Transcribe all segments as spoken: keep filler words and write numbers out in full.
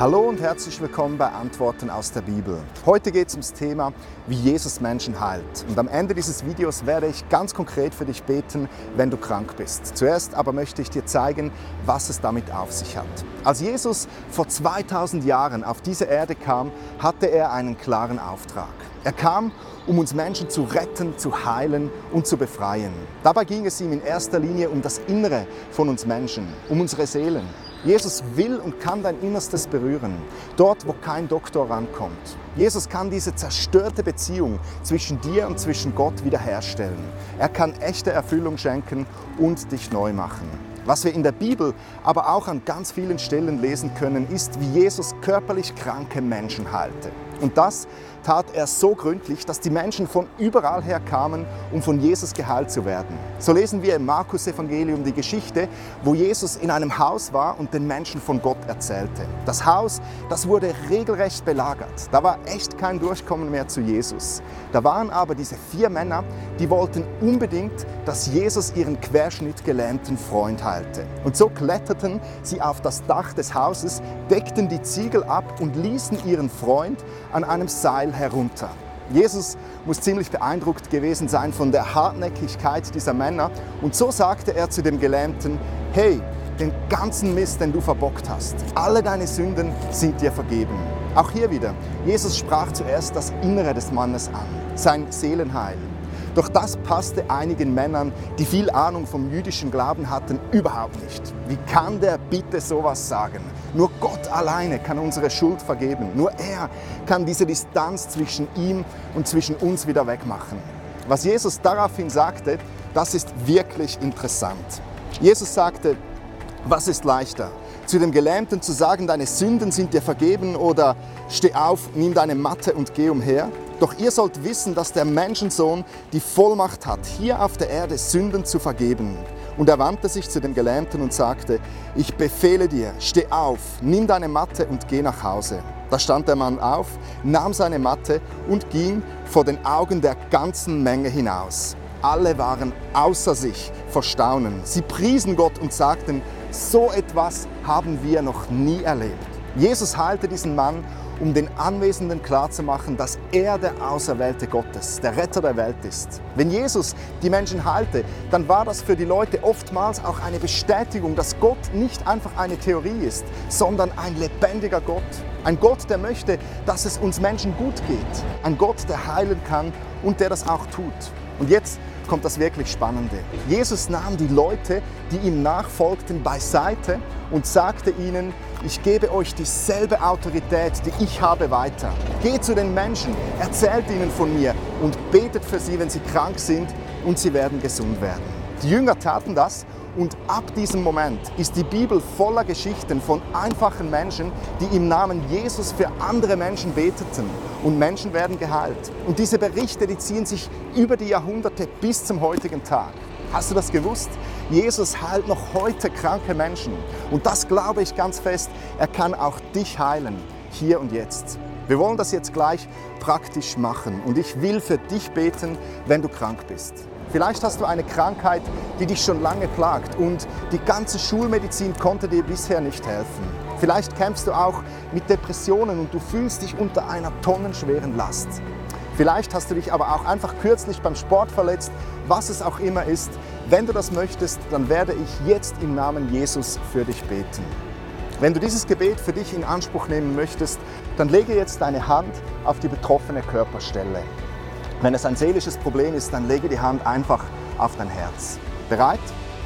Hallo und herzlich willkommen bei Antworten aus der Bibel. Heute geht es ums Thema, wie Jesus Menschen heilt. Und am Ende dieses Videos werde ich ganz konkret für dich beten, wenn du krank bist. Zuerst aber möchte ich dir zeigen, was es damit auf sich hat. Als Jesus vor zweitausend Jahren auf diese Erde kam, hatte er einen klaren Auftrag. Er kam, um uns Menschen zu retten, zu heilen und zu befreien. Dabei ging es ihm in erster Linie um das Innere von uns Menschen, um unsere Seelen. Jesus will und kann dein Innerstes berühren, dort, wo kein Doktor rankommt. Jesus kann diese zerstörte Beziehung zwischen dir und zwischen Gott wiederherstellen. Er kann echte Erfüllung schenken und dich neu machen. Was wir in der Bibel, aber auch an ganz vielen Stellen lesen können, ist, wie Jesus körperlich kranke Menschen heilte. Und das tat er so gründlich, dass die Menschen von überall her kamen, um von Jesus geheilt zu werden. So lesen wir im Markus-Evangelium die Geschichte, wo Jesus in einem Haus war und den Menschen von Gott erzählte. Das Haus, das wurde regelrecht belagert. Da war echt kein Durchkommen mehr zu Jesus. Da waren aber diese vier Männer, die wollten unbedingt, dass Jesus ihren querschnittgelähmten Freund heilte. Und so kletterten sie auf das Dach des Hauses, deckten die Ziegel ab und ließen ihren Freund an einem Seil herunter. Jesus muss ziemlich beeindruckt gewesen sein von der Hartnäckigkeit dieser Männer und so sagte er zu dem Gelähmten: Hey, den ganzen Mist, den du verbockt hast, alle deine Sünden sind dir vergeben. Auch hier wieder, Jesus sprach zuerst das Innere des Mannes an, sein Seelenheil. Doch das passte einigen Männern, die viel Ahnung vom jüdischen Glauben hatten, überhaupt nicht. Wie kann der bitte sowas sagen? Nur Gott alleine kann unsere Schuld vergeben. Nur er kann diese Distanz zwischen ihm und zwischen uns wieder wegmachen. Was Jesus daraufhin sagte, das ist wirklich interessant. Jesus sagte: Was ist leichter? Zu dem Gelähmten zu sagen, deine Sünden sind dir vergeben, oder steh auf, nimm deine Matte und geh umher? Doch ihr sollt wissen, dass der Menschensohn die Vollmacht hat, hier auf der Erde Sünden zu vergeben. Und er wandte sich zu dem Gelähmten und sagte: Ich befehle dir, steh auf, nimm deine Matte und geh nach Hause. Da stand der Mann auf, nahm seine Matte und ging vor den Augen der ganzen Menge hinaus. Alle waren außer sich vor Staunen. Sie priesen Gott und sagten: So etwas haben wir noch nie erlebt. Jesus heilte diesen Mann, um den Anwesenden klarzumachen, dass er der Auserwählte Gottes, der Retter der Welt ist. Wenn Jesus die Menschen heilte, dann war das für die Leute oftmals auch eine Bestätigung, dass Gott nicht einfach eine Theorie ist, sondern ein lebendiger Gott. Ein Gott, der möchte, dass es uns Menschen gut geht. Ein Gott, der heilen kann und der das auch tut. Und jetzt kommt das wirklich Spannende. Jesus nahm die Leute, die ihm nachfolgten, beiseite und sagte ihnen: Ich gebe euch dieselbe Autorität, die ich habe, weiter. Geht zu den Menschen, erzählt ihnen von mir und betet für sie, wenn sie krank sind, und sie werden gesund werden. Die Jünger taten das. Und ab diesem Moment ist die Bibel voller Geschichten von einfachen Menschen, die im Namen Jesus für andere Menschen beteten, und Menschen werden geheilt. Und diese Berichte, die ziehen sich über die Jahrhunderte bis zum heutigen Tag. Hast du das gewusst? Jesus heilt noch heute kranke Menschen. Und das glaube ich ganz fest, er kann auch dich heilen, hier und jetzt. Wir wollen das jetzt gleich praktisch machen und ich will für dich beten, wenn du krank bist. Vielleicht hast du eine Krankheit, die dich schon lange plagt und die ganze Schulmedizin konnte dir bisher nicht helfen. Vielleicht kämpfst du auch mit Depressionen und du fühlst dich unter einer tonnenschweren Last. Vielleicht hast du dich aber auch einfach kürzlich beim Sport verletzt, was es auch immer ist. Wenn du das möchtest, dann werde ich jetzt im Namen Jesus für dich beten. Wenn du dieses Gebet für dich in Anspruch nehmen möchtest, dann lege jetzt deine Hand auf die betroffene Körperstelle. Wenn es ein seelisches Problem ist, dann lege die Hand einfach auf dein Herz. Bereit?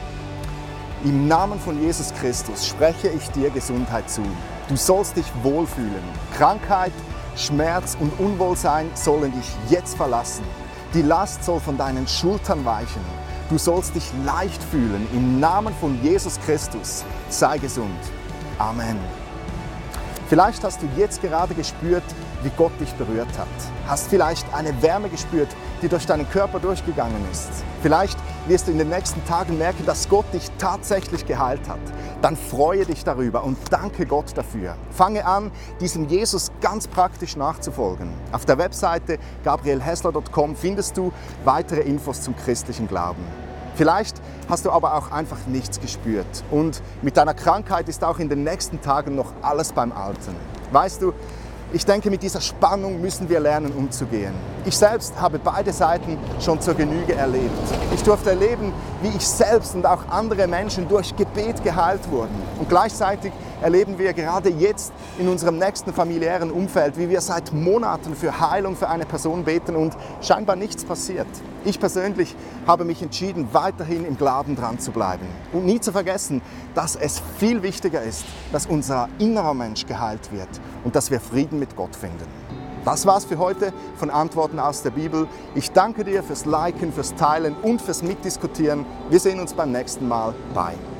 Im Namen von Jesus Christus spreche ich dir Gesundheit zu. Du sollst dich wohlfühlen. Krankheit, Schmerz und Unwohlsein sollen dich jetzt verlassen. Die Last soll von deinen Schultern weichen. Du sollst dich leicht fühlen. Im Namen von Jesus Christus sei gesund. Amen. Vielleicht hast du jetzt gerade gespürt, wie Gott dich berührt hat. Hast vielleicht eine Wärme gespürt, die durch deinen Körper durchgegangen ist. Vielleicht wirst du in den nächsten Tagen merken, dass Gott dich tatsächlich geheilt hat. Dann freue dich darüber und danke Gott dafür. Fange an, diesem Jesus ganz praktisch nachzufolgen. Auf der Webseite gabriel hessler punkt com findest du weitere Infos zum christlichen Glauben. Vielleicht hast du aber auch einfach nichts gespürt und mit deiner Krankheit ist auch in den nächsten Tagen noch alles beim Alten. Weißt du, ich denke, mit dieser Spannung müssen wir lernen, umzugehen. Ich selbst habe beide Seiten schon zur Genüge erlebt. Ich durfte erleben, wie ich selbst und auch andere Menschen durch Gebet geheilt wurden. Und gleichzeitig erleben wir gerade jetzt in unserem nächsten familiären Umfeld, wie wir seit Monaten für Heilung für eine Person beten und scheinbar nichts passiert. Ich persönlich habe mich entschieden, weiterhin im Glauben dran zu bleiben und nie zu vergessen, dass es viel wichtiger ist, dass unser innerer Mensch geheilt wird und dass wir Frieden mit Gott finden. Das war's für heute von Antworten aus der Bibel. Ich danke dir fürs Liken, fürs Teilen und fürs Mitdiskutieren. Wir sehen uns beim nächsten Mal. Bye.